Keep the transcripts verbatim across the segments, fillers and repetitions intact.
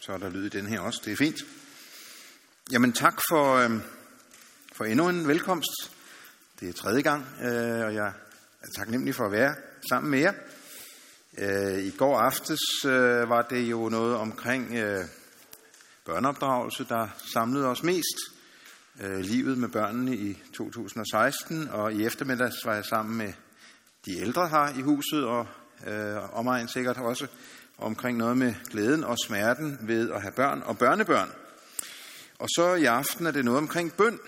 Så er der lyd i den her også. Det er fint. Jamen tak for, øh, for endnu en velkomst. Det er tredje gang, øh, og jeg er taknemmelig for at være sammen med jer. Øh, I går aftes øh, var det jo noget omkring øh, børneopdragelse, der samlede os mest. Øh, livet med børnene i to tusind og seksten, og i eftermiddags var jeg sammen med de ældre her i huset, og øh, omegn sikkert også, omkring noget med glæden og smerten ved at have børn og børnebørn. Og så i aften er det noget omkring bøn.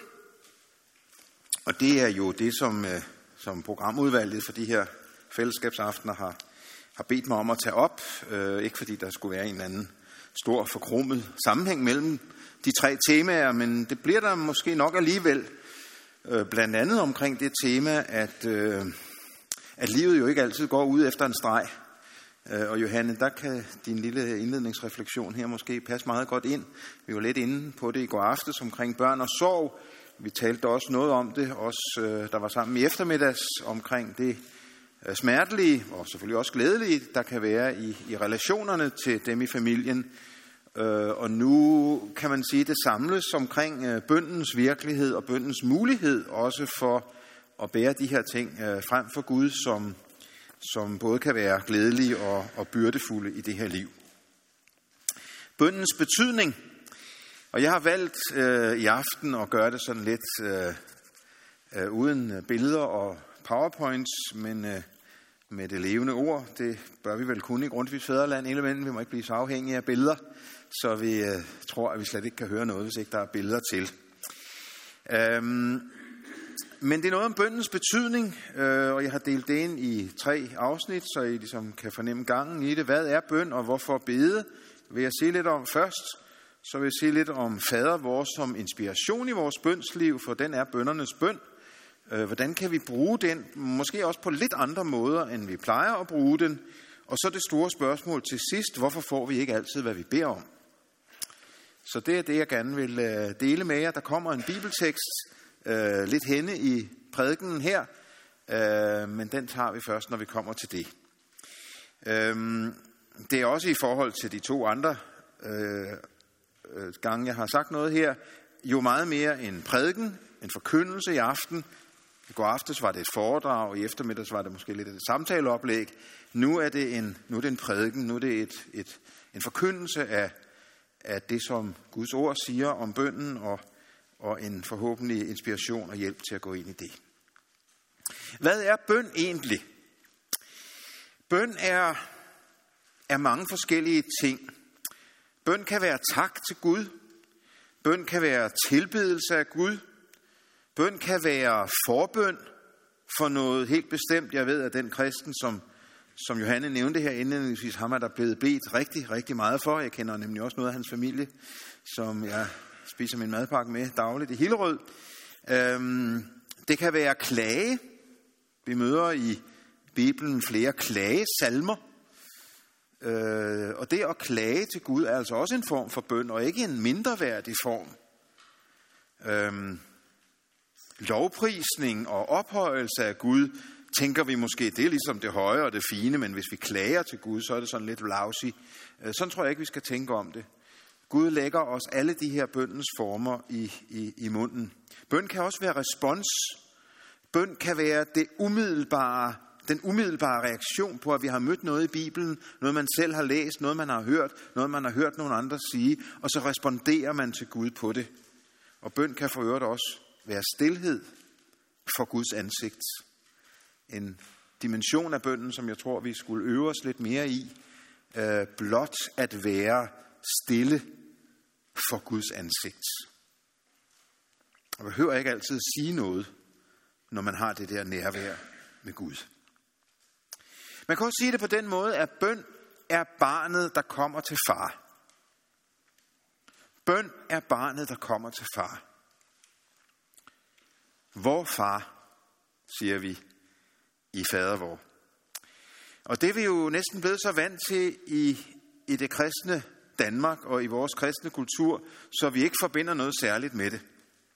Og det er jo det, som, øh, som programudvalget for de her fællesskabsaftener har, har bedt mig om at tage op. Øh, ikke fordi der skulle være en eller anden stor forkromet sammenhæng mellem de tre temaer, men det bliver der måske nok alligevel. Øh, blandt andet omkring det tema, at, øh, at livet jo ikke altid går ud efter en streg. Øh, og Johanne, der kan din lille indledningsrefleksion her måske passe meget godt ind. Vi var lidt inde på det i går aftes omkring børn og sorg. Vi talte også noget om det, også øh, der var sammen i eftermiddags, omkring det øh, smertelige og selvfølgelig også glædelige, der kan være i, i relationerne til dem i familien. Øh, og nu kan man sige, at det samles omkring øh, bønnens virkelighed og bønnens mulighed, også for at bære de her ting øh, frem for Gud, som, som både kan være glædelige og, og byrdefulde i det her liv. Bønnens betydning. Og jeg har valgt øh, i aften at gøre det sådan lidt øh, øh, uden billeder og powerpoints, men øh, med det levende ord. Det bør vi vel kunne i Grundtvigs Fædreland indimellem. Vi må ikke blive så afhængige af billeder, så vi øh, tror, at vi slet ikke kan høre noget, hvis ikke der er billeder til. Øhm, men det er noget om bønnens betydning, øh, og jeg har delt det ind i tre afsnit, så I ligesom kan fornemme gangen i det. Hvad er bøn, og hvorfor bede? Det vil jeg sige lidt om først. Så vil jeg sige lidt om fader vor som inspiration i vores bønsliv, for den er bønnernes bøn. Hvordan kan vi bruge den, måske også på lidt andre måder, end vi plejer at bruge den. Og så det store spørgsmål til sidst, hvorfor får vi ikke altid, hvad vi beder om? Så det er det, jeg gerne vil dele med jer. Der kommer en bibeltekst øh, lidt henne i prædikenen her, øh, men den tager vi først, når vi kommer til det. Øh, det er også i forhold til de to andre øh, gange, jeg har sagt noget her, jo meget mere en prædiken, en forkyndelse i aften. I går aftes var det et foredrag, og i eftermiddags var det måske lidt et samtaleoplæg. Nu er det en, nu er det en prædiken, nu er det et, et, en forkyndelse af, af det, som Guds ord siger om bønnen, og, og en forhåbentlig inspiration og hjælp til at gå ind i det. Hvad er bøn egentlig? Bøn er, er mange forskellige ting. Bøn kan være tak til Gud. Bøn kan være tilbedelse af Gud. Bøn kan være forbøn for noget helt bestemt. Jeg ved, at den kristen, som, som Johanne nævnte her indledningsvis, ham er der blevet bedt rigtig, rigtig meget for. Jeg kender nemlig også noget af hans familie, som jeg spiser min madpakke med dagligt i Hillerød. Øhm, det kan være klage. Vi møder i Bibelen flere klagesalmer. Øh, og det at klage til Gud er altså også en form for bøn, og ikke en mindreværdig form. Øhm, lovprisning og ophøjelse af Gud, tænker vi måske, det er ligesom det høje og det fine, men hvis vi klager til Gud, så er det sådan lidt lousy. Øh, sådan tror jeg ikke, vi skal tænke om det. Gud lægger os alle de her bønnens former i, i, i munden. Bøn kan også være respons. Bøn kan være det umiddelbare Den umiddelbare reaktion på, at vi har mødt noget i Bibelen, noget man selv har læst, noget man har hørt, noget man har hørt nogle andre sige, og så responderer man til Gud på det. Og bøn kan for øvrigt også være stilhed for Guds ansigt. En dimension af bønnen, som jeg tror, vi skulle øve os lidt mere i, øh, blot at være stille for Guds ansigt. Og man behøver ikke altid sige noget, når man har det der nærvær med Gud. Man kan også sige det på den måde, at bøn er barnet, der kommer til far. Bøn er barnet, der kommer til far. Vor far, siger vi i fader vor. Og det er vi jo næsten blevet så vant til i, i det kristne Danmark og i vores kristne kultur, så vi ikke forbinder noget særligt med det.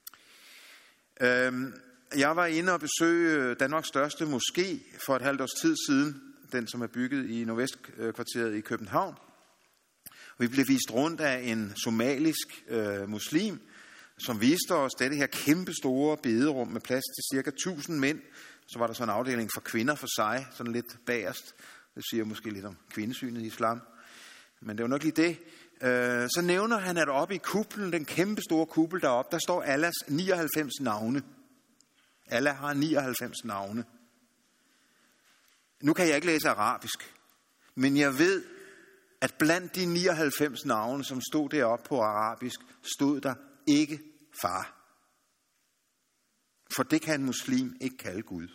Øhm, jeg var inde og besøge Danmarks største moské for et halvt års tid siden, den som er bygget i Nordvestkvarteret i København. Vi blev vist rundt af en somalisk øh, muslim, som viste os det her kæmpe store bederum med plads til cirka tusind mænd. Så var der så en afdeling for kvinder for sig, sådan lidt bagerst. Det siger måske lidt om kvindesynet i islam. Men det var nok lige det. Øh, så nævner han, at oppe i kuplen, den kæmpe store kuppel deroppe, der står Allahs nioghalvfems navne. Allah har nioghalvfems navne. Nu kan jeg ikke læse arabisk, men jeg ved, at blandt de nioghalvfems navne, som stod deroppe på arabisk, stod der ikke far. For det kan en muslim ikke kalde Gud.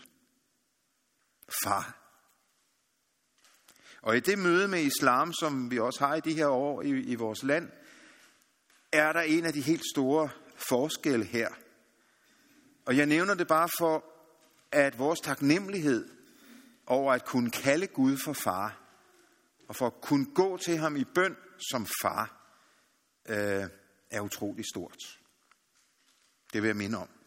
Far. Og i det møde med islam, som vi også har i de her år i, i vores land, er der en af de helt store forskelle her. Og jeg nævner det bare for, at vores taknemmelighed over at kunne kalde Gud for far, og for at kunne gå til ham i bøn som far, øh, er utrolig stort. Det vil jeg minde om.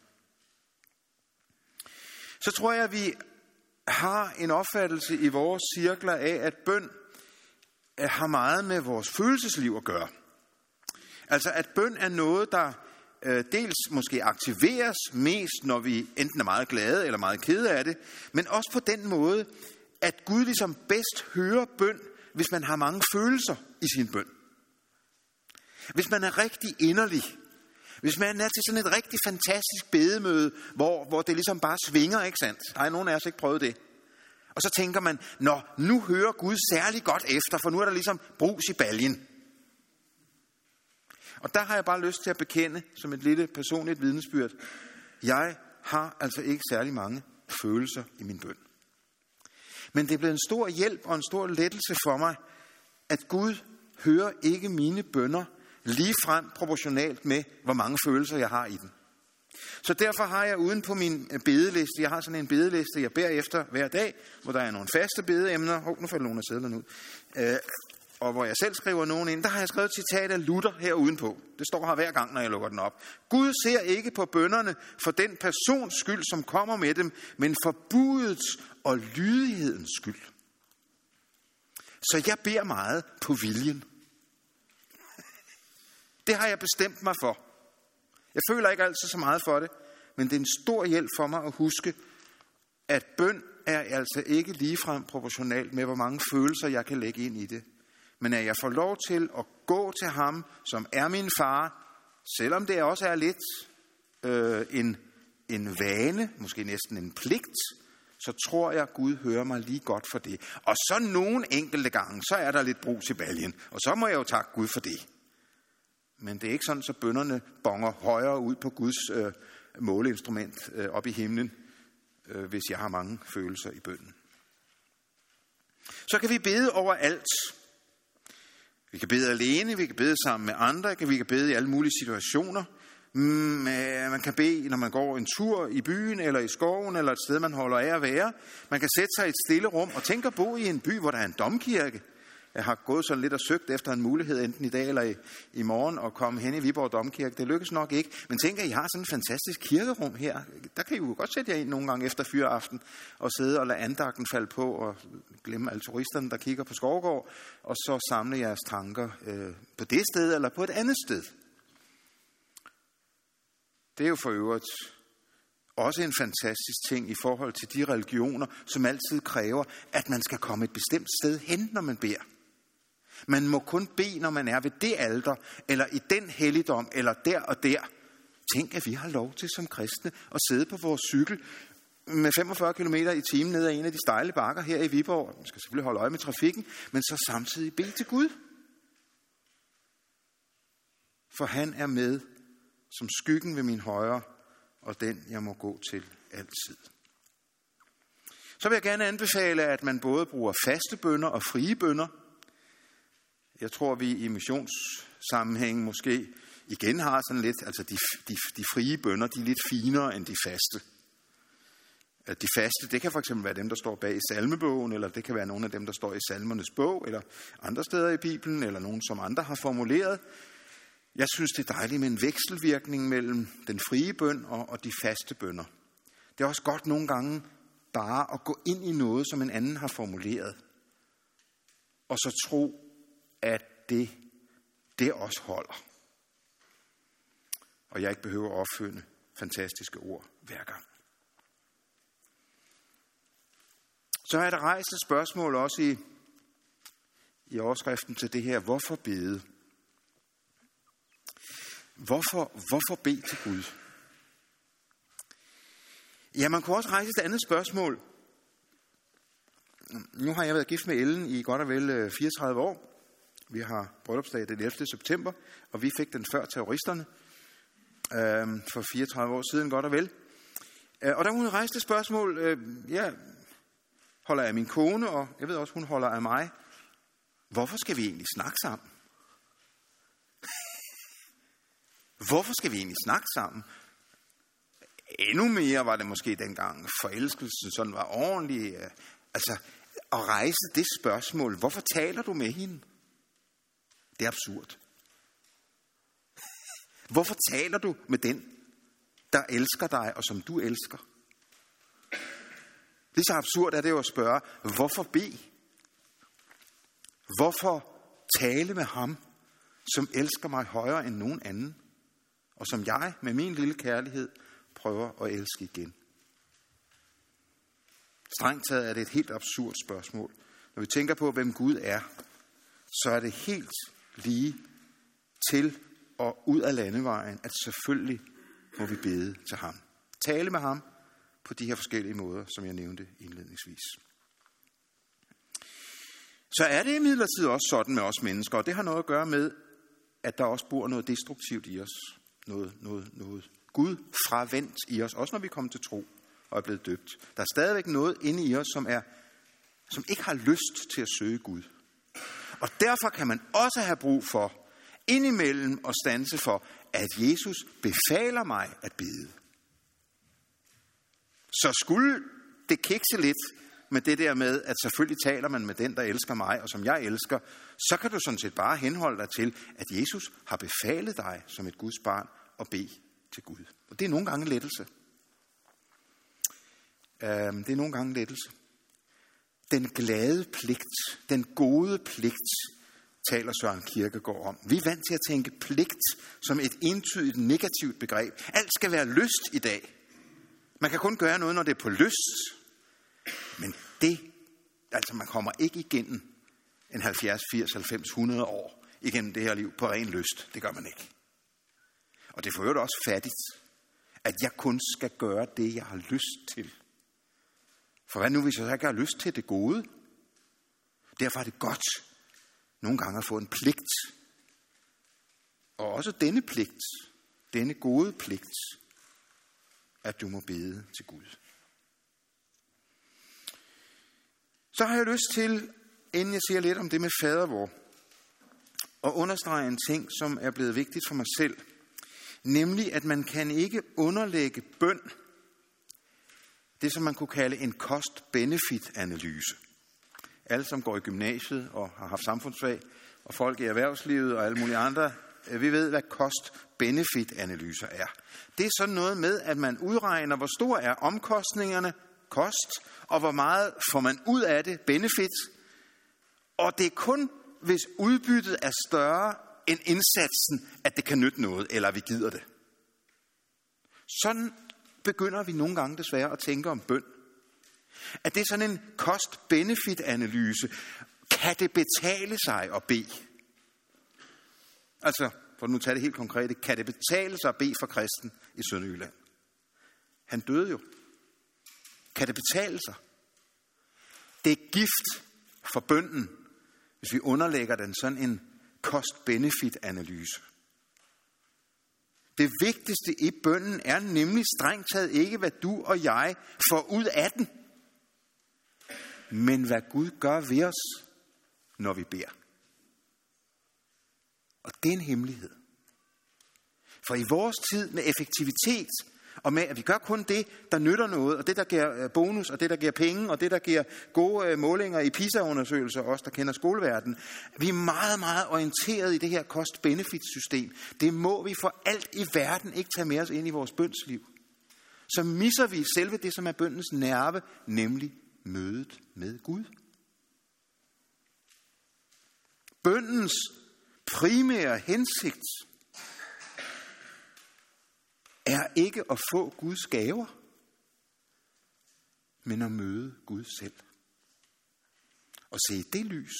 Så tror jeg, at vi har en opfattelse i vores cirkler af, at bøn har meget med vores følelsesliv at gøre. Altså at bøn er noget, der øh, dels måske aktiveres mest, når vi enten er meget glade eller meget kede af det, men også på den måde, at Gud ligesom bedst hører bøn, hvis man har mange følelser i sin bøn. Hvis man er rigtig inderlig. Hvis man er til sådan et rigtig fantastisk bedemøde, hvor, hvor det ligesom bare svinger, ikke sandt? Der er nogen af os ikke prøvet det. Og så tænker man, nå, nu hører Gud særlig godt efter, for nu er der ligesom brus i baljen. Og der har jeg bare lyst til at bekende, som et lille personligt vidnesbyrd, jeg har altså ikke særlig mange følelser i min bøn. Men det er blevet en stor hjælp og en stor lettelse for mig, at Gud hører ikke mine bønner lige frem proportionalt med, hvor mange følelser jeg har i den. Så derfor har jeg uden på min bedeliste, jeg har sådan en bedeliste, jeg beder efter hver dag, hvor der er nogle faste bedeemner. Hov, nu falder nogle af sædlerne ud. Øh, og hvor jeg selv skriver nogen ind, der har jeg skrevet et citat af Luther her udenpå. Det står her hver gang, når jeg lukker den op. Gud ser ikke på bønnerne for den persons skyld, som kommer med dem, men for budets og lydighedens skyld. Så jeg beder meget på viljen. Det har jeg bestemt mig for. Jeg føler ikke altid så meget for det, men det er en stor hjælp for mig at huske, at bøn er altså ikke ligefrem proportionalt med, hvor mange følelser jeg kan lægge ind i det. Men at jeg får lov til at gå til ham, som er min far, selvom det også er lidt øh, en, en vane, måske næsten en pligt, så tror jeg, at Gud hører mig lige godt for det. Og så nogle enkelte gange, så er der lidt brus i baljen, og så må jeg jo takke Gud for det. Men det er ikke sådan, så bønnerne bonger højere ud på Guds øh, måleinstrument øh, op i himlen, øh, hvis jeg har mange følelser i bønnen. Så kan vi bede over alt. Vi kan bede alene, vi kan bede sammen med andre, vi kan bede i alle mulige situationer. Man kan bede, når man går en tur i byen eller i skoven eller et sted, man holder af at være. Man kan sætte sig i et stille rum og tænke at bo i en by, hvor der er en domkirke. Jeg har gået sådan lidt og søgt efter en mulighed, enten i dag eller i, i morgen, at komme hen i Viborg Domkirke. Det lykkes nok ikke. Men tænk, at I har sådan et fantastisk kirkerum her. Der kan I jo godt sætte jer ind nogle gange efter fyreaften og sidde og lade andagten falde på og glemme alle turisterne, der kigger på Skovgård, og så samle jeres tanker øh, på det sted eller på et andet sted. Det er jo for øvrigt også en fantastisk ting i forhold til de religioner, som altid kræver, at man skal komme et bestemt sted hen, når man beder. Man må kun bede, når man er ved det alter, eller i den helligdom, eller der og der. Tænk, at vi har lov til som kristne at sidde på vores cykel med femogfyrre kilometer i timen ned ad en af de stejle bakker her i Viborg. Man skal selvfølgelig holde øje med trafikken, men så samtidig bede til Gud. For han er med som skyggen ved min højre, og den jeg må gå til altid. Så vil jeg gerne anbefale, at man både bruger faste bønner og frie bønner. Jeg tror, vi i missionssammenhæng måske igen har sådan lidt, altså de, de, de frie bønner, de er lidt finere end de faste. De faste, det kan for eksempel være dem, der står bag i salmebogen, eller det kan være nogle af dem, der står i salmernes bog, eller andre steder i Bibelen, eller nogen, som andre har formuleret. Jeg synes, det er dejligt med en vekselvirkning mellem den frie bøn og, og de faste bønner. Det er også godt nogle gange bare at gå ind i noget, som en anden har formuleret, og så tro, at det det også holder. Og jeg ikke behøver at opfinde fantastiske ord hver gang. Så er der rejst et spørgsmål også i, i overskriften til det her. Hvorfor bede? Hvorfor, hvorfor bede til Gud? Ja, man kunne også rejse et andet spørgsmål. Nu har jeg været gift med Ellen i godt og vel fireogtredive år. Vi har bryllupsdag den ellevte september, og vi fik den før terroristerne øh, for fireogtredive år siden godt og vel. Og der hun rejste et spørgsmål. Øh, jeg holder af min kone, og jeg ved også, hun holder af mig. Hvorfor skal vi egentlig snakke sammen? Hvorfor skal vi egentlig snakke sammen? Endnu mere var det måske dengang forelskelsen sådan var ordentlig. Altså, at rejse det spørgsmål, hvorfor taler du med hende? Det er absurd. Hvorfor taler du med den, der elsker dig, og som du elsker? Lige så absurd er det jo at spørge, hvorfor bede? Hvorfor tale med ham, som elsker mig højere end nogen anden, og som jeg med min lille kærlighed prøver at elske igen? Strengt taget er det et helt absurd spørgsmål. Når vi tænker på, hvem Gud er, så er det helt lige til og ud af landevejen, at selvfølgelig må vi bede til ham. Tale med ham på de her forskellige måder, som jeg nævnte indledningsvis. Så er det imidlertid også sådan med os mennesker, og det har noget at gøre med, at der også bor noget destruktivt i os. Noget, noget, noget Gud fravendt i os, også når vi kommer til tro og er blevet døbt. Der er stadigvæk noget inde i os, som, er, som ikke har lyst til at søge Gud. Og derfor kan man også have brug for, indimellem at standse for, at Jesus befaler mig at bede. Så skulle det kikse lidt med det der med, at selvfølgelig taler man med den, der elsker mig, og som jeg elsker, så kan du sådan set bare henholde dig til, at Jesus har befalet dig som et Guds barn at bede til Gud. Og det er nogle gange lettelse. Det er nogle gange lettelse. Den glade pligt, den gode pligt, taler Søren Kierkegaard om. Vi er vant til at tænke pligt som et entydigt negativt begreb. Alt skal være lyst i dag. Man kan kun gøre noget, når det er på lyst. Men det, altså man kommer ikke igennem en halvfjerds, firs, halvfems, hundrede år igennem det her liv på ren lyst. Det gør man ikke. Og det får jo også fattigt, at jeg kun skal gøre det, jeg har lyst til. For hvad nu, hvis jeg ikke har lyst til det gode? Derfor er det godt nogle gange at få en pligt. Og også denne pligt, denne gode pligt, at du må bede til Gud. Så har jeg lyst til, inden jeg siger lidt om det med fadervor, at understrege en ting, som er blevet vigtigt for mig selv. Nemlig, at man kan ikke underlægge bøn det, som man kunne kalde en cost-benefit-analyse. Alle, som går i gymnasiet og har haft samfundsfag, og folk i erhvervslivet og alle mulige andre, vi ved, hvad cost-benefit-analyser er. Det er sådan noget med, at man udregner, hvor store er omkostningerne, kost, og hvor meget får man ud af det, benefit. Og det er kun, hvis udbyttet er større end indsatsen, at det kan nytte noget, eller vi gider det. Sådan begynder vi nogle gange desværre at tænke om bøn. At det er sådan en cost-benefit-analyse. Kan det betale sig at bede? Altså, for nu tage det helt konkrete, kan det betale sig at bede for kristen i Sønderjylland? Han døde jo. Kan det betale sig? Det er gift for bønnen, hvis vi underlægger den sådan en cost-benefit-analyse. Det vigtigste i bønnen er nemlig strengt taget ikke, hvad du og jeg får ud af den, men hvad Gud gør ved os, når vi beder. Og det er en hemmelighed. For i vores tid med effektivitet, og med at vi gør kun det, der nytter noget, og det, der giver bonus, og det, der giver penge, og det, der giver gode målinger i PISA-undersøgelser, os, der kender skoleverdenen. Vi er meget, meget orienteret i det her cost-benefit-system. Det må vi for alt i verden ikke tage med os ind i vores bønsliv. Så misser vi selve det, som er bønnens nerve, nemlig mødet med Gud. Bønnens primære hensigt er ikke at få Guds gaver, men at møde Gud selv. Og se i det lys,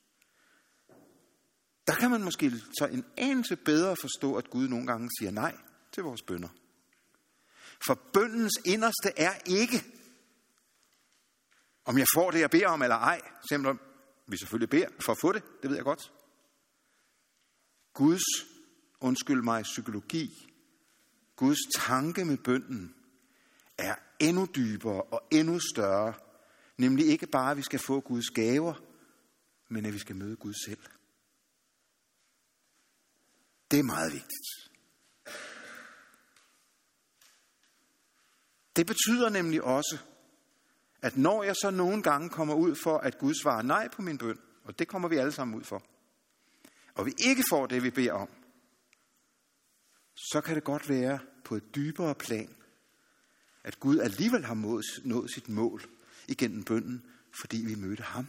der kan man måske så en anelse bedre forstå, at Gud nogle gange siger nej til vores bønner. For bønnens inderste er ikke, om jeg får det, jeg beder om, eller ej, selvom vi selvfølgelig beder for at få det, det ved jeg godt. Guds, undskyld mig, psykologi, Guds tanke med bønnen er endnu dybere og endnu større. Nemlig ikke bare, at vi skal få Guds gaver, men at vi skal møde Gud selv. Det er meget vigtigt. Det betyder nemlig også, at når jeg så nogle gange kommer ud for, at Gud svarer nej på min bøn, og det kommer vi alle sammen ud for, og vi ikke får det, vi beder om, så kan det godt være på et dybere plan, at Gud alligevel har nået sit mål igennem bønnen, fordi vi mødte ham.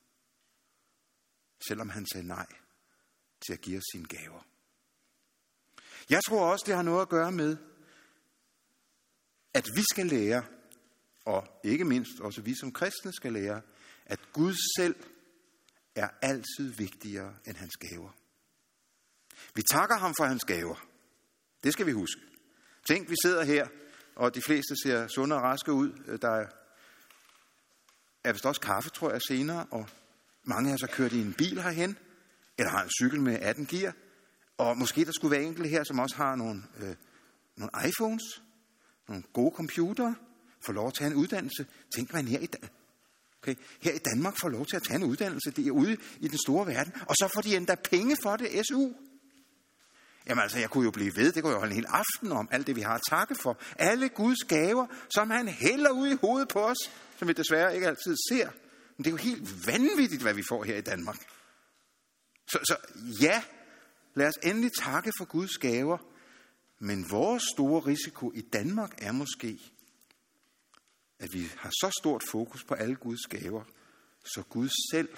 Selvom han sagde nej til at give os sine gaver. Jeg tror også, det har noget at gøre med, at vi skal lære, og ikke mindst også vi som kristne skal lære, at Gud selv er altid vigtigere end hans gaver. Vi takker ham for hans gaver. Det skal vi huske. Tænk, vi sidder her, og de fleste ser sunde og raske ud. Der er vist også kaffe, tror jeg, senere, og mange af os har kørt i en bil herhen, eller har en cykel med atten gear, og måske der skulle være enkelte her, som også har nogle, øh, nogle iPhones, nogle gode computere, får lov at tage en uddannelse. Tænk, man her i, okay, her i Danmark får lov til at tage en uddannelse, det er ude i den store verden, og så får de endda penge for det, S U. Jamen altså, jeg kunne jo blive ved, det kunne jeg holde en hel aften om, alt det vi har at takke for. Alle Guds gaver, som han hælder ud i hovedet på os, som vi desværre ikke altid ser. Men det er jo helt vanvittigt, hvad vi får her i Danmark. Så, så ja, lad os endelig takke for Guds gaver, men vores store risiko i Danmark er måske, at vi har så stort fokus på alle Guds gaver, så Gud selv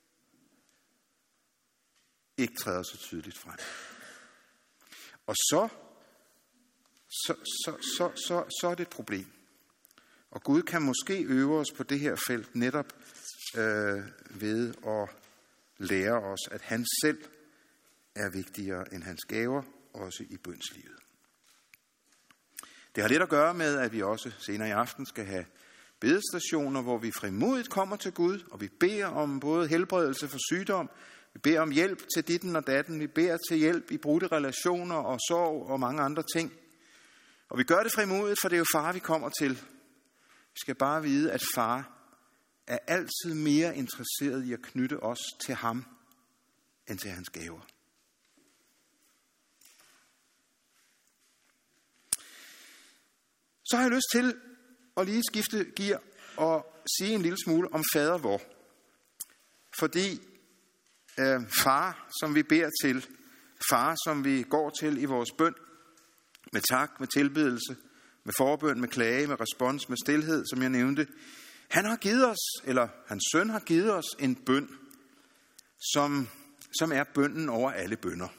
ikke træder så tydeligt frem. Og så, så, så, så, så, så er det et problem. Og Gud kan måske øve os på det her felt netop øh, ved at lære os, at han selv er vigtigere end hans gaver, også i bønslivet. Det har lidt at gøre med, at vi også senere i aften skal have bedestationer, hvor vi frimodigt kommer til Gud, og vi beder om både helbredelse for sygdom, vi beder om hjælp til ditten og datten, vi beder til hjælp i brudte relationer og sorg og mange andre ting. Og vi gør det frimodigt, for det er jo far, vi kommer til. Vi skal bare vide, at far er altid mere interesseret i at knytte os til ham, end til hans gaver. Så har jeg lyst til at lige skifte gear og sige en lille smule om fader vor. Fordi øh, far, som vi beder til, far, som vi går til i vores bøn, med tak, med tilbedelse, med forbøn, med klage, med respons, med stilhed, som jeg nævnte, han har givet os, eller hans søn har givet os en bøn, som, som er bønnen over alle bønner.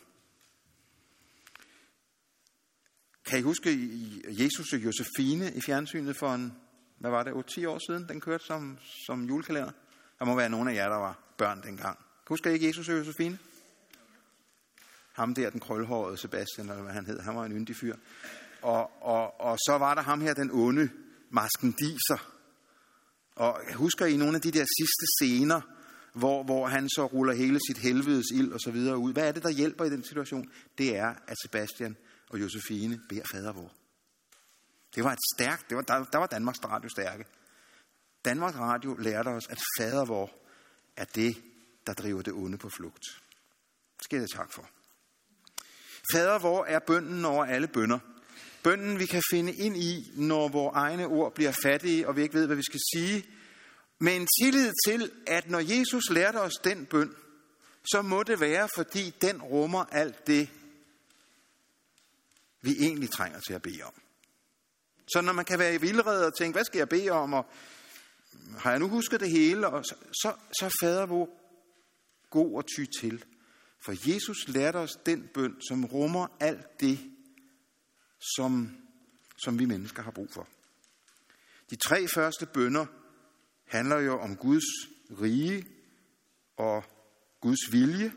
Kan I huske Jesus og Josefine i fjernsynet for en, hvad var det, otte ti år siden, den kørte som, som julekalender? Der må være nogle af jer, der var børn dengang. Husker I ikke Jesus og Josefine? Ham der, den krølhårede Sebastian, eller hvad han hed, han var en yndig fyr. Og, og, og så var der ham her, den onde maskendiser. Og husker I nogle af de der sidste scener, hvor, hvor han så ruller hele sit helvedes ild og så videre ud? Hvad er det, der hjælper i den situation? Det er, at Sebastian og Josefine beder fader vor. Det var et stærkt, det var, der, der var Danmarks Radio stærke. Danmarks Radio lærte os, at fader vor er det, der driver det onde på flugt. Det skal jeg tak for. Fader vor er bønnen over alle bønner. Bønnen, vi kan finde ind i, når vores egne ord bliver fattige, og vi ikke ved, hvad vi skal sige. Med en tillid til, at når Jesus lærte os den bøn, så må det være, fordi den rummer alt det, vi egentlig trænger til at bede om. Så når man kan være i vildrede og tænke, hvad skal jeg bede om, og har jeg nu husket det hele, og så, så, så er fader vor god at ty til. For Jesus lærte os den bøn, som rummer alt det, som, som vi mennesker har brug for. De tre første bønner handler jo om Guds rige og Guds vilje.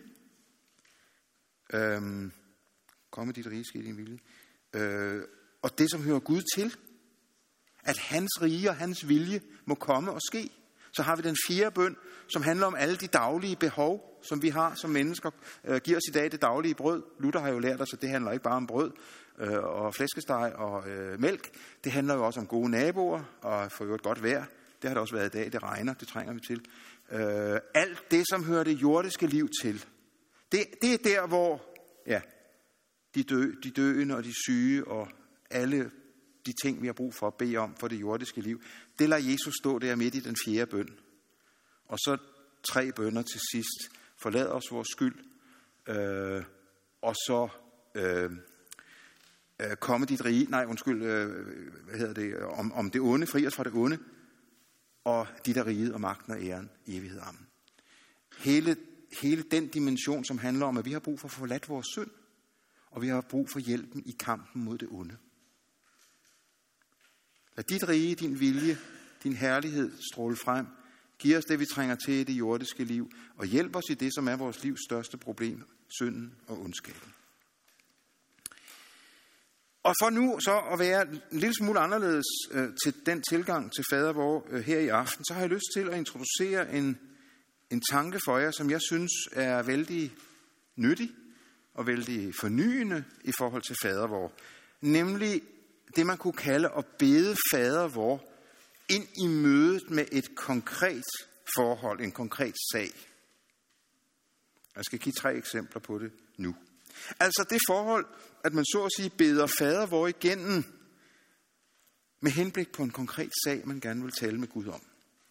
Øhm, Komme dit rige, ske din vilje. Øh, og det, som hører Gud til. At hans rige og hans vilje må komme og ske. Så har vi den fjerde bøn, som handler om alle de daglige behov, som vi har som mennesker. Øh, giver os i dag det daglige brød. Luther har jo lært os, at det handler ikke bare om brød øh, og flæskesteg og øh, mælk. Det handler jo også om gode naboer og for et godt vejr. Det har det også været i dag. Det regner, det trænger vi til. Øh, alt det, som hører det jordiske liv til. Det, det er der, hvor ja, de, dø, de døende og de syge og alle de ting, vi har brug for at bede om for det jordiske liv, det lader Jesus stå der midt i den fjerde bøn. Og så tre bønner til sidst. Forlad os vores skyld. Øh, og så øh, øh, komme dit rige. Nej, undskyld. Øh, hvad hedder det? Om, om det onde. Fri os fra det onde. Og dit er riget og magten og æren i evighed. Amen. Hele, hele den dimension, som handler om, at vi har brug for at forlade vores synd. Og vi har brug for hjælpen i kampen mod det onde. Lad dit rige, din vilje, din herlighed stråle frem. Giv os det, vi trænger til i det jordiske liv. Og hjælp os i det, som er vores livs største problem. Synden og ondskaben. Og for nu så at være en lille smule anderledes øh, til den tilgang til fader vor øh, her i aften, så har jeg lyst til at introducere en, en tanke for jer, som jeg synes er vældig nyttig og vældig fornyende i forhold til fader vor. Nemlig det, man kunne kalde at bede fader vor ind i mødet med et konkret forhold, en konkret sag. Jeg skal give tre eksempler på det nu. Altså det forhold, at man så at sige beder fader vor igennem med henblik på en konkret sag, man gerne vil tale med Gud om.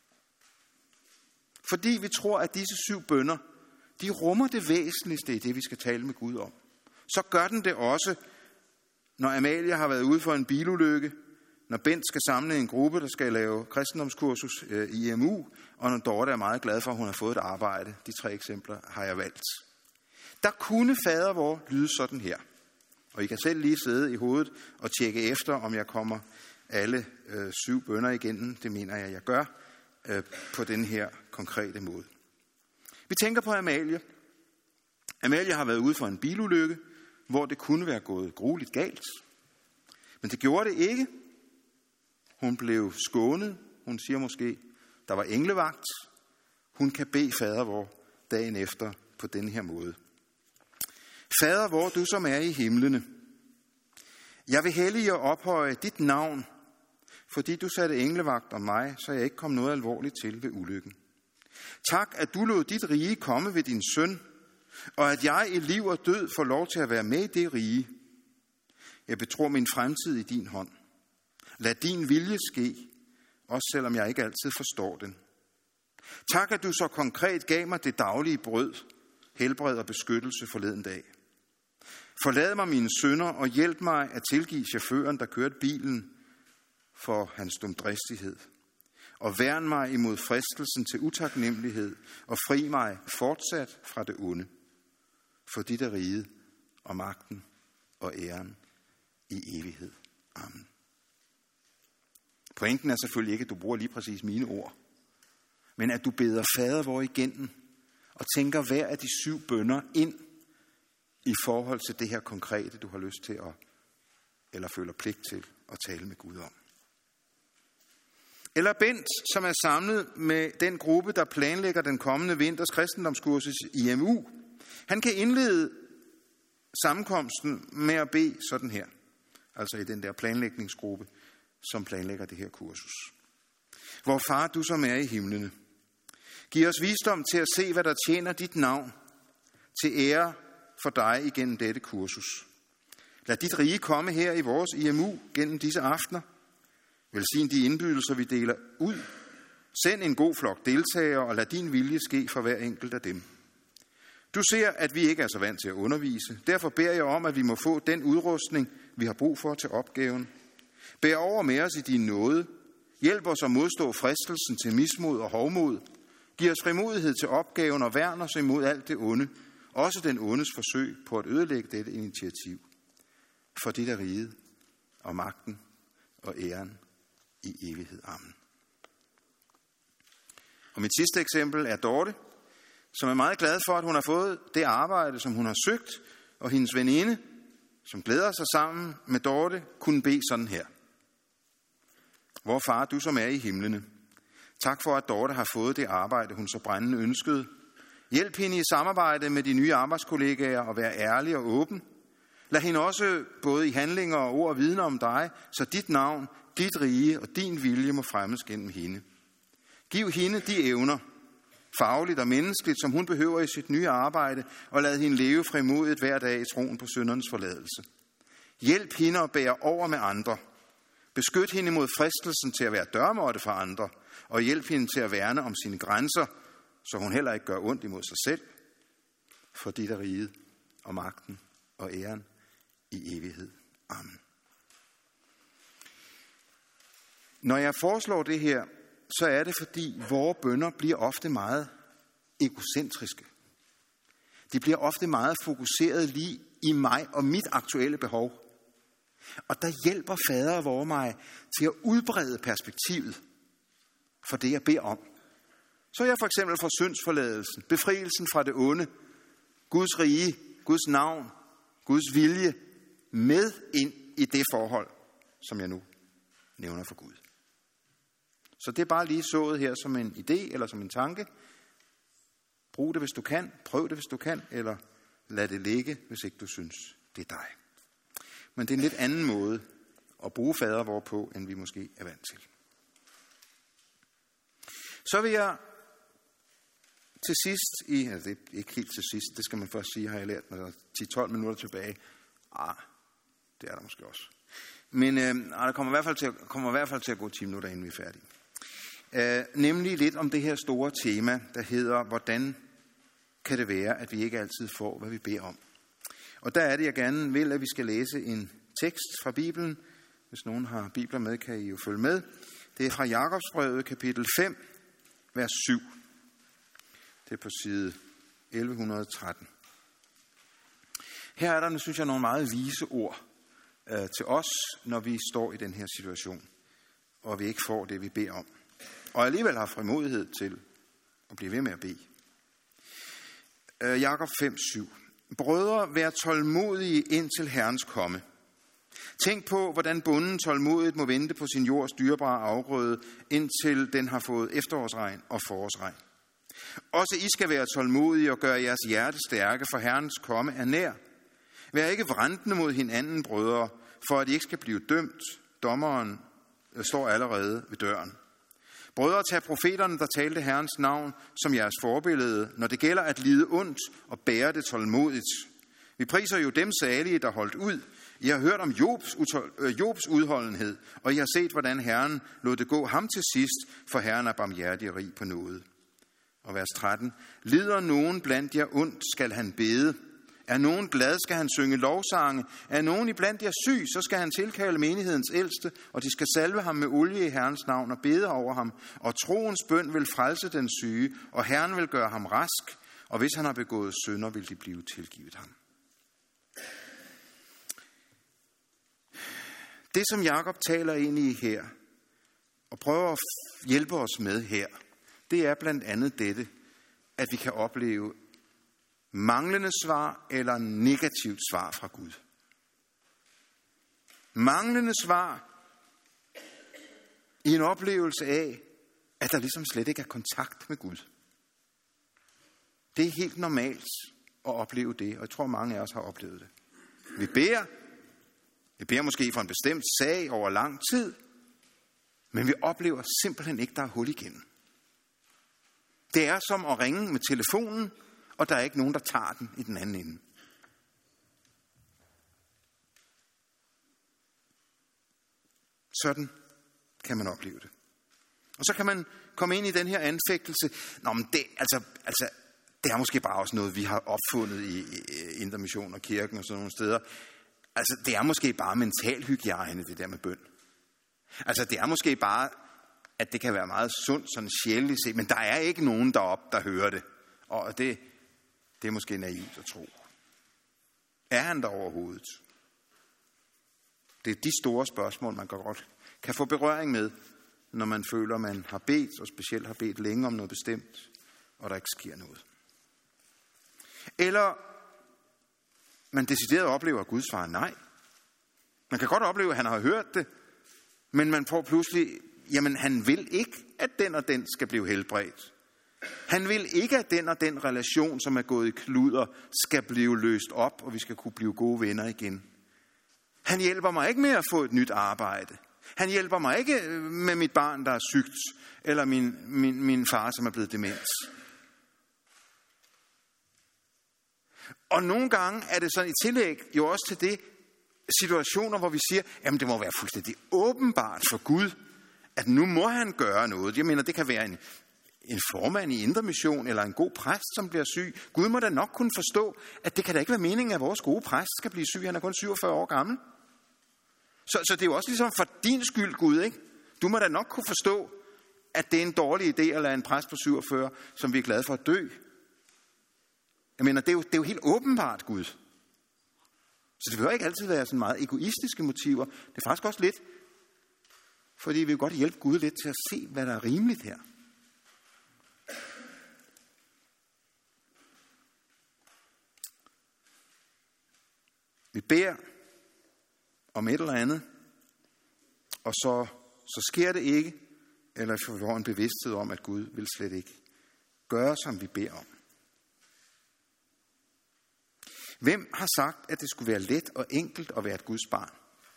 Fordi vi tror, at disse syv bønner, de rummer det væsentligste i det, vi skal tale med Gud om. Så gør den det også, når Amalie har været ude for en bilulykke, når Bent skal samle en gruppe, der skal lave kristendomskursus øh, i E M U, og når Dorte er meget glad for, at hun har fået et arbejde. De tre eksempler har jeg valgt. Der kunne fader vor lyde sådan her. Og I kan selv lige sidde i hovedet og tjekke efter, om jeg kommer alle øh, syv bønner igennem. Det mener jeg, jeg gør øh, på den her konkrete måde. Vi tænker på Amalie. Amalie har været ude for en bilulykke, hvor det kunne være gået grueligt galt. Men det gjorde det ikke. Hun blev skånet. Hun siger måske, der var englevagt. Hun kan bede fader vor dagen efter på den her måde. Fader vor, du som er i himlene. Jeg vil hellige og ophøje dit navn, fordi du satte englevagt om mig, så jeg ikke kom noget alvorligt til ved ulykken. Tak, at du lod dit rige komme ved din søn, og at jeg i liv og død får lov til at være med i det rige. Jeg betror min fremtid i din hånd. Lad din vilje ske, også selvom jeg ikke altid forstår den. Tak, at du så konkret gav mig det daglige brød, helbred og beskyttelse forleden dag. Forlad mig mine synder og hjælp mig at tilgive chaufføren, der kørte bilen for hans dumdristighed. Og værn mig imod fristelsen til utaknemmelighed og fri mig fortsat fra det onde. For dit er riget og magten og æren i evighed. Amen. Pointen er selvfølgelig ikke, at du bruger lige præcis mine ord, men at du beder fader vor igennem og tænker hver af de syv bønner ind i forhold til det her konkrete, du har lyst til at, eller føler pligt til at tale med Gud om. Eller Bent, som er samlet med den gruppe, der planlægger den kommende vinters kristendomskursus i M U. Han kan indlede sammenkomsten med at bede sådan her. Altså i den der planlægningsgruppe, som planlægger det her kursus. Vor far, du som er i himlene. Giv os visdom til at se, hvad der tjener dit navn, til ære for dig igennem dette kursus. Lad dit rige komme her i vores I M U gennem disse aftener. Velsign de indbydelser, vi deler ud. Send en god flok deltagere, og lad din vilje ske for hver enkelt af dem. Du ser, at vi ikke er så vant til at undervise. Derfor beder jeg om, at vi må få den udrustning, vi har brug for til opgaven. Bær over med os i din nåde. Hjælp os at modstå fristelsen til mismod og hovmod. Giv os frimodighed til opgaven og værn os imod alt det onde. også den ondes forsøg på at ødelægge dette initiativ. For det er riget og magten og æren i evighed. Amen. Og mit sidste eksempel er Dorte, som er meget glad for, at hun har fået det arbejde, som hun har søgt, og hendes veninde, som glæder sig sammen med Dorte, kunne bede sådan her. Vor far, du som er i himlene, tak for, at Dorte har fået det arbejde, hun så brændende ønskede. Hjælp hende i samarbejde med de nye arbejdskollegaer og være ærlig og åben. Lad hende også både i handlinger og ord vidne om dig, så dit navn, dit rige og din vilje må fremmes gennem hende. Giv hende de evner, fagligt og menneskeligt, som hun behøver i sit nye arbejde, og lad hende leve frimodigt hver dag i troen på syndernes forladelse. Hjælp hende at bære over med andre. Beskyt hende mod fristelsen til at være dørmåtte for andre, og hjælp hende til at værne om sine grænser, så hun heller ikke gør ondt imod sig selv, for dit er riget og magten og æren i evighed. Amen. Når jeg foreslår det her, så er det, fordi vores bønner bliver ofte meget egocentriske. De bliver ofte meget fokuseret lige i mig og mit aktuelle behov. Og der hjælper fader vor mig til at udbrede perspektivet for det, jeg beder om. Så jeg for eksempel får syndsforladelsen, befrielsen fra det onde, Guds rige, Guds navn, Guds vilje med ind i det forhold, som jeg nu nævner for Gud. Så det er bare lige sået her som en idé eller som en tanke. Brug det, hvis du kan. Prøv det, hvis du kan. Eller lad det ligge, hvis ikke du synes, det er dig. Men det er en lidt anden måde at bruge fader vor på, end vi måske er vant til. Så vil jeg til sidst, i, altså det er ikke helt til sidst, det skal man først sige, har jeg lært, når der er ti til tolv minutter tilbage. Ah, det er der måske også. Men øh, der kommer i, hvert fald til, kommer i hvert fald til at gå ti minutter, inden vi er færdige. Øh, nemlig lidt om det her store tema, der hedder, hvordan kan det være, at vi ikke altid får, hvad vi beder om. Og der er det, jeg gerne vil, at vi skal læse en tekst fra Bibelen. Hvis nogen har bibler med, kan I jo følge med. Det er fra Jakobsbrevet, kapitel fem, vers syv. Det er på side elleve tretten. Her er der, synes jeg, nogle meget vise ord øh, til os, når vi står i den her situation, og vi ikke får det, vi beder om. Og alligevel har frimodighed til at blive ved med at bede. Øh, Jakob fem syv. Brødre, vær tålmodige indtil Herrens komme. Tænk på, hvordan bonden tålmodigt må vente på sin jords dyrebare afgrøde, indtil den har fået efterårsregn og forårsregn. Også I skal være tålmodige og gøre jeres hjerte stærke, for Herrens komme er nær. Vær ikke vrantende mod hinanden, brødre, for at I ikke skal blive dømt. Dommeren står allerede ved døren. Brødre, tag profeterne, der talte Herrens navn, som jeres forbillede, når det gælder at lide ondt og bære det tålmodigt. Vi priser jo dem salige, der holdt ud. I har hørt om Jobs, utol- Jobs udholdenhed, og I har set, hvordan Herren lod det gå ham til sidst, for Herren er barmhjertig og rig på nåde. Og vers tretten. Lider nogen blandt jer ondt, skal han bede. Er nogen glad, skal han synge lovsange. Er nogen iblandt jer syg, så skal han tilkalde menighedens ældste, og de skal salve ham med olie i Herrens navn og bede over ham. Og troens bøn vil frelse den syge, og Herren vil gøre ham rask, og hvis han har begået synder, vil de blive tilgivet ham. Det, som Jakob taler ind i her, og prøver at hjælpe os med her, det er blandt andet dette, at vi kan opleve manglende svar eller negativt svar fra Gud. Manglende svar i en oplevelse af, at der ligesom slet ikke er kontakt med Gud. Det er helt normalt at opleve det, og jeg tror, mange af os har oplevet det. Vi beder, vi beder måske for en bestemt sag over lang tid, men vi oplever simpelthen ikke, der er hul igennem. Det er som at ringe med telefonen, og der er ikke nogen, der tager den i den anden ende. Sådan kan man opleve det. Og så kan man komme ind i den her anfægtelse. Nå, men det, altså, altså, det er måske bare også noget, vi har opfundet i, i Indre Mission og kirken og sådan nogle steder. Altså, det er måske bare mental hygiejne, det der med bøn. Altså, det er måske bare, at det kan være meget sundt, sådan sjældent set, men der er ikke nogen deroppe, der hører det. Og det, Det er måske naivt at tro. Er han der overhovedet? Det er de store spørgsmål, man godt kan få berøring med, når man føler, man har bedt, og specielt har bedt længe om noget bestemt, og der ikke sker noget. Eller man decideret oplever, at Gud svarer nej. Man kan godt opleve, at han har hørt det, men man får pludselig, jamen han vil ikke, at den og den skal blive helbredt. Han vil ikke, at den og den relation, som er gået i kluder, skal blive løst op, og vi skal kunne blive gode venner igen. Han hjælper mig ikke med at få et nyt arbejde. Han hjælper mig ikke med mit barn, der er sygt, eller min, min, min far, som er blevet dement. Og nogle gange er det sådan i tillæg jo også til det situationer, hvor vi siger, jamen det må være fuldstændig åbenbart for Gud, at nu må han gøre noget. Jeg mener, det kan være en, en formand i Indre Mission, eller en god præst, som bliver syg. Gud må da nok kunne forstå, at det kan da ikke være meningen, at vores gode præst skal blive syg. Han er kun syvogfyrre år gammel. Så, så det er jo også ligesom for din skyld, Gud, ikke? Du må da nok kunne forstå, at det er en dårlig idé at lade en præst på syvogfyrre, som vi er glade for at dø. Jeg mener, det er jo, det er jo helt åbenbart, Gud. Så det behøver ikke altid være sådan meget egoistiske motiver. Det er faktisk også lidt, fordi vi vil godt hjælpe Gud lidt til at se, hvad der er rimeligt her. Vi beder om et eller andet, og så, så sker det ikke, eller vi får en bevidsthed om, at Gud vil slet ikke gøre, som vi beder om. Hvem har sagt, at det skulle være let og enkelt at være et Guds barn?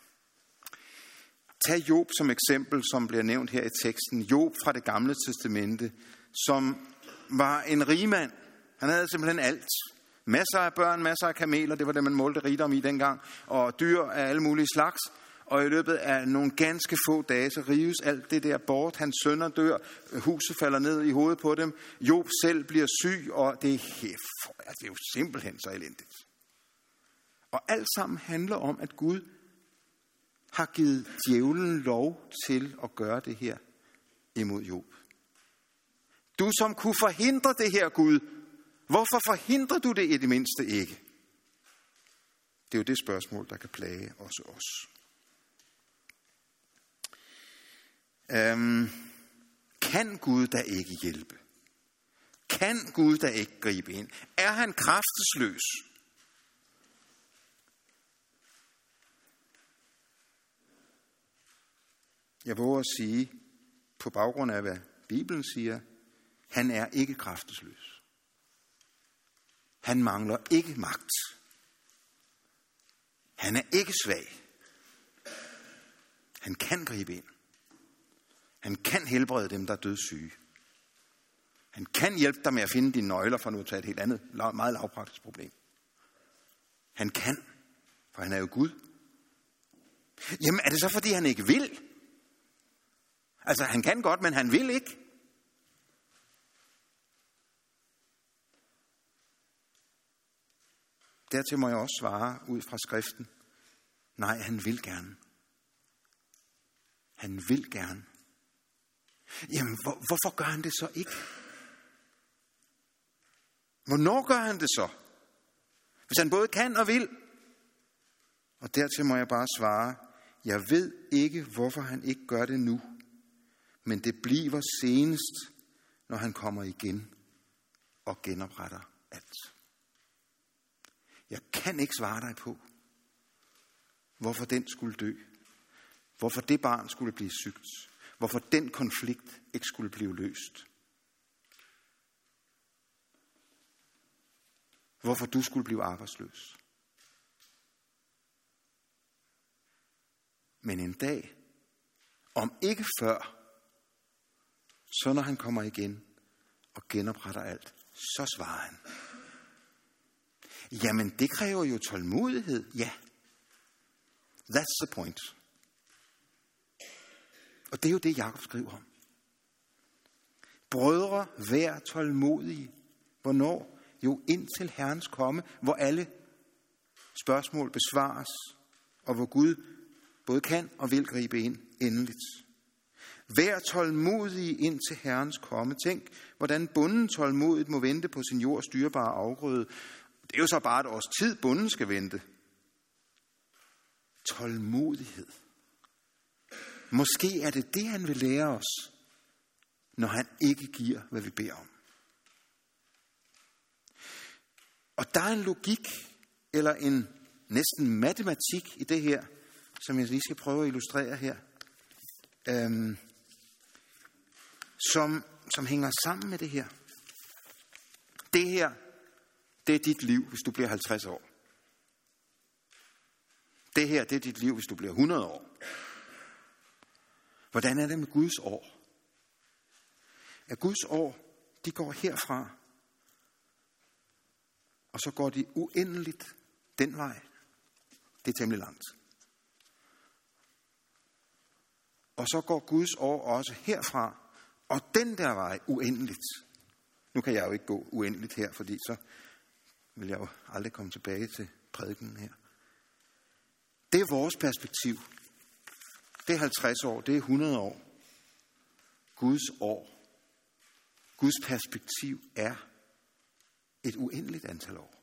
Tag Job som eksempel, som bliver nævnt her i teksten. Job fra det gamle testamente, som var en rigmand. Han havde simpelthen alt. Masser af børn, masser af kameler, det var det, man målte rigdom i dengang, og dyr af alle mulige slags. Og i løbet af nogle ganske få dage, så rives alt det der bort. Hans sønner dør, huset falder ned i hovedet på dem. Job selv bliver syg, og det er, det er jo simpelthen så elendigt. Og alt sammen handler om, at Gud har givet djævlen lov til at gøre det her imod Job. Du som kunne forhindre det her, Gud, hvorfor forhindrer du det i det mindste ikke? Det er jo det spørgsmål, der kan plage også os. Øhm, kan Gud da ikke hjælpe? Kan Gud da ikke gribe ind? Er han kraftesløs? Jeg våger at sige, på baggrund af hvad Bibelen siger, han er ikke kraftesløs. Han mangler ikke magt. Han er ikke svag. Han kan gribe ind. Han kan helbrede dem, der er dødssyge. Han kan hjælpe dig med at finde dine nøgler, for nu at tage et helt andet, meget lavpraktisk problem. Han kan, for han er jo Gud. Jamen, er det så, fordi han ikke vil? Altså, han kan godt, men han vil ikke. Dertil må jeg også svare ud fra skriften. Nej, han vil gerne. Han vil gerne. Jamen, hvor, hvorfor gør han det så ikke? Hvornår gør han det så? Hvis han både kan og vil. Og dertil må jeg bare svare, jeg ved ikke, hvorfor han ikke gør det nu. Men det bliver senest, når han kommer igen og genopretter alt. Jeg kan ikke svare dig på, hvorfor den skulle dø. Hvorfor det barn skulle blive sygt. Hvorfor den konflikt ikke skulle blive løst. Hvorfor du skulle blive arbejdsløs. Men en dag, om ikke før, så når han kommer igen og genopretter alt, så svarer han. Jamen, det kræver jo tålmodighed. Ja. That's the point. Og det er jo det, Jakob skriver om. Brødre, vær tålmodige. Hvornår? Jo, indtil Herrens komme, hvor alle spørgsmål besvares, og hvor Gud både kan og vil gribe ind endeligt. Vær tålmodige ind til Herrens komme. Tænk, hvordan bonden tålmodigt må vente på sin jords dyrebare afgrøde. Det er jo så bare et års tid, bonden skal vente. Tålmodighed. Måske er det det, han vil lære os, når han ikke giver, hvad vi beder om. Og der er en logik, eller en næsten matematik i det her, som jeg lige skal prøve at illustrere her, øhm, som, som hænger sammen med det her. Det her, det er dit liv, hvis du bliver halvtreds år. Det her, det er dit liv, hvis du bliver hundrede år. Hvordan er det med Guds år? At Guds år, de går herfra, og så går de uendeligt den vej. Det er temmelig langt. Og så går Guds år også herfra, og den der vej uendeligt. Nu kan jeg jo ikke gå uendeligt her, fordi så vil jeg jo aldrig komme tilbage til prædikenen her. Det er vores perspektiv. Det er halvtreds år, det er hundrede år. Guds år, Guds perspektiv er et uendeligt antal år.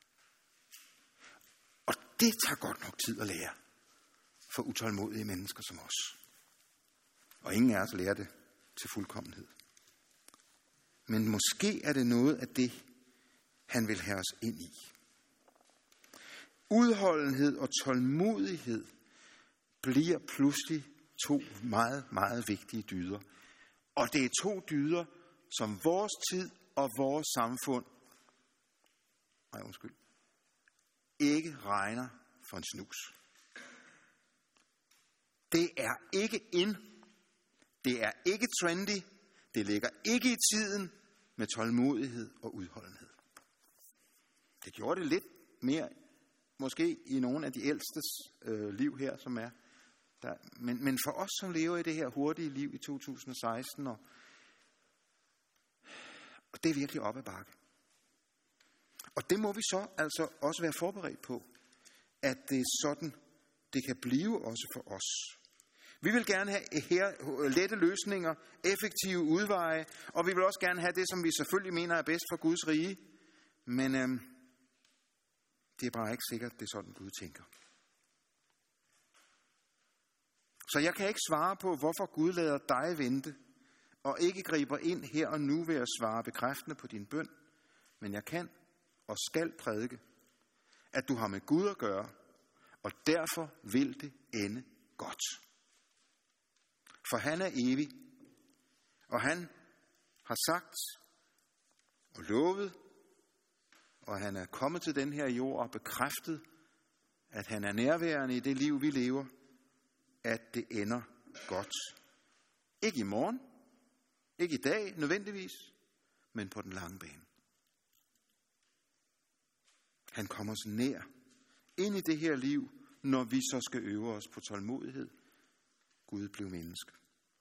Og det tager godt nok tid at lære for utålmodige mennesker som os. Og ingen af os lærer det til fuldkommenhed. Men måske er det noget af det, han vil have os ind i. Udholdenhed og tålmodighed bliver pludselig to meget, meget vigtige dyder. Og det er to dyder, som vores tid og vores samfund nej, undskyld, ikke regner for en snus. Det er ikke in. Det er ikke trendy. Det ligger ikke i tiden med tålmodighed og udholdenhed. Det gjorde det lidt mere, måske i nogle af de ældstes øh, liv her, som er der. Men, men for os, som lever i det her hurtige liv i to tusind og seksten, og, og det er virkelig op ad bakke. Og det må vi så altså også være forberedt på, at det er sådan, det kan blive også for os. Vi vil gerne have her lette løsninger, effektive udveje, og vi vil også gerne have det, som vi selvfølgelig mener er bedst for Guds rige. Men øhm, det er bare ikke sikkert, det er sådan, Gud tænker. Så jeg kan ikke svare på, hvorfor Gud lader dig vente, og ikke griber ind her og nu ved at svare bekræftende på din bøn. Men jeg kan og skal prædike, at du har med Gud at gøre, og derfor vil det ende godt. For han er evig, og han har sagt og lovet, og han er kommet til den her jord og bekræftet, at han er nærværende i det liv, vi lever, at det ender godt. Ikke i morgen, ikke i dag nødvendigvis, men på den lange bane. Han kommer os nær ind i det her liv, når vi så skal øve os på tålmodighed. Gud blev menneske.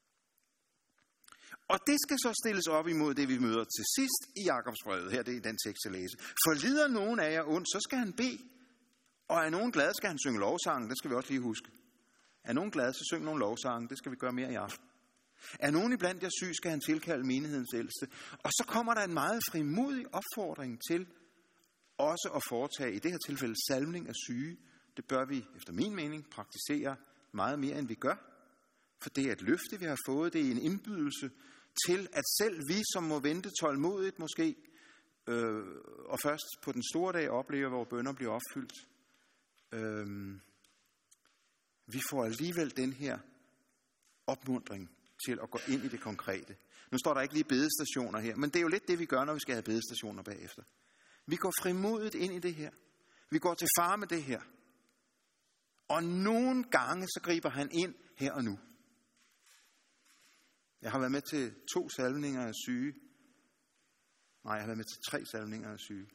Og det skal så stilles op imod det, vi møder til sidst i Jakobsbrevet. Her det er den tekst, jeg læser. For lider nogen af jer ondt, så skal han bede. Og er nogen glad, skal han synge lovsange. Det skal vi også lige huske. Er nogen glad, så syng nogle lovsange. Det skal vi gøre mere i aften. Er nogen iblandt jer syg, skal han tilkalde menighedens ældste. Og så kommer der en meget frimodig opfordring til også at foretage, i det her tilfælde, salvning af syge. Det bør vi, efter min mening, praktisere meget mere, end vi gør. For det er et løfte, vi har fået. Det er en indbydelse til, at selv vi, som må vente tålmodigt måske, øh, og først på den store dag oplever, hvor bønner bliver opfyldt, øh, vi får alligevel den her opmuntring til at gå ind i det konkrete. Nu står der ikke lige bedestationer her, men det er jo lidt det, vi gør, når vi skal have bedestationer bagefter. Vi går frimodigt ind i det her. Vi går til far med det her. Og nogle gange, så griber han ind her og nu. Jeg har været med til to salvninger af syge. Nej, jeg har været med til tre salvninger af syge.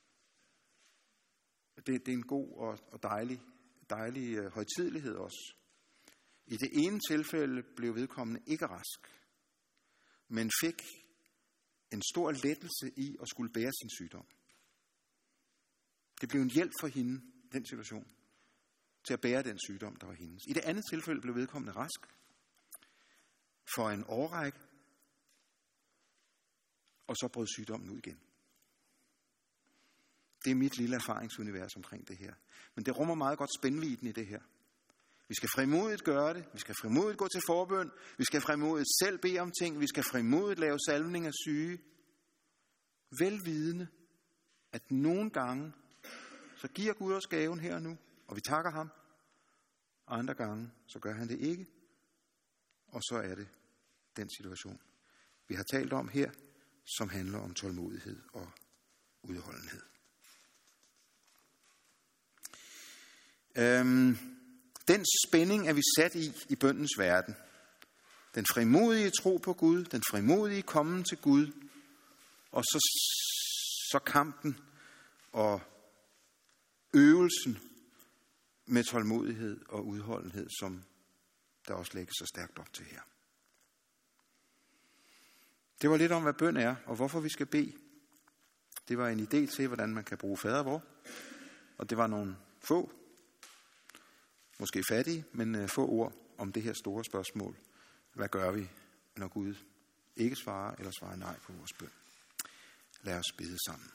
Det, det er en god og, og dejlig, dejlig uh, højtidelighed også. I det ene tilfælde blev vedkommende ikke rask, men fik en stor lettelse i at skulle bære sin sygdom. Det blev en hjælp for hende, den situation, til at bære den sygdom, der var hendes. I det andet tilfælde blev vedkommende rask, for en årrække, og så brød sygdommen ud igen. Det er mit lille erfaringsunivers omkring det her. Men det rummer meget godt spændvidden i det her. Vi skal frimodigt gøre det. Vi skal frimodigt gå til forbøn. Vi skal frimodigt selv bede om ting. Vi skal frimodigt lave salvning af syge. Velvidende, at nogle gange, så giver Gud os gaven her og nu, og vi takker ham. Og andre gange, så gør han det ikke. Og så er det den situation, vi har talt om her, som handler om tålmodighed og udholdenhed. Øhm, den spænding er vi sat i i bønnens verden. Den frimodige tro på Gud, den frimodige kommen til Gud, og så, så kampen og øvelsen med tålmodighed og udholdenhed, som der også lægges så stærkt op til her. Det var lidt om, hvad bøn er, og hvorfor vi skal bede. Det var en idé til, hvordan man kan bruge fadervor. Og det var nogle få, måske fattige, men få ord om det her store spørgsmål. Hvad gør vi, når Gud ikke svarer eller svarer nej på vores bøn? Lad os bede sammen.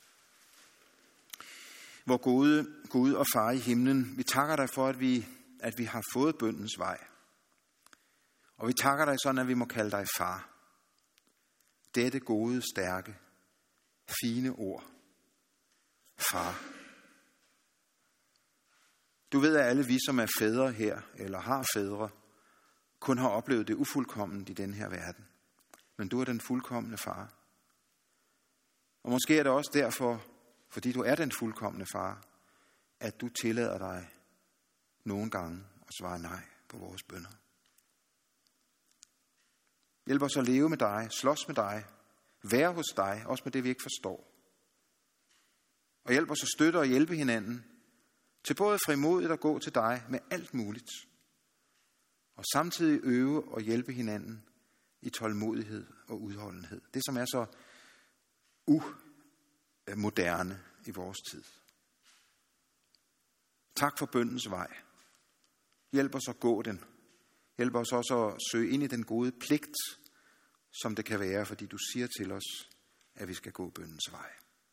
Vor gode Gud og far i himlen, vi takker dig for, at vi, at vi har fået bønnens vej. Og vi takker dig sådan, at vi må kalde dig far. Dette gode, stærke, fine ord. Far. Du ved, at alle vi, som er fædre her, eller har fædre, kun har oplevet det ufuldkomment i den her verden. Men du er den fuldkomne far. Og måske er det også derfor, fordi du er den fuldkomne far, at du tillader dig nogle gange at svare nej på vores bønner. Hjælp os at leve med dig, slås med dig, være hos dig, også med det vi ikke forstår. Og hjælp os at støtte og hjælpe hinanden, til både frimodigt at gå til dig med alt muligt, og samtidig øve og hjælpe hinanden i tålmodighed og udholdenhed. Det som er så umoderne i vores tid. Tak for bønnens vej. Hjælp os at gå den. Hjælp os også at søge ind i den gode pligt, som det kan være, fordi du siger til os, at vi skal gå bønnens vej.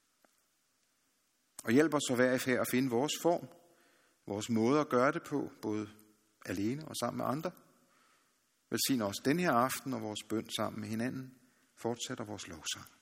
Og hjælp os så hver især at finde vores form, vores måde at gøre det på, både alene og sammen med andre. Velsign os den her aften og vores bøn sammen med hinanden. Fortsætter vores lovsang.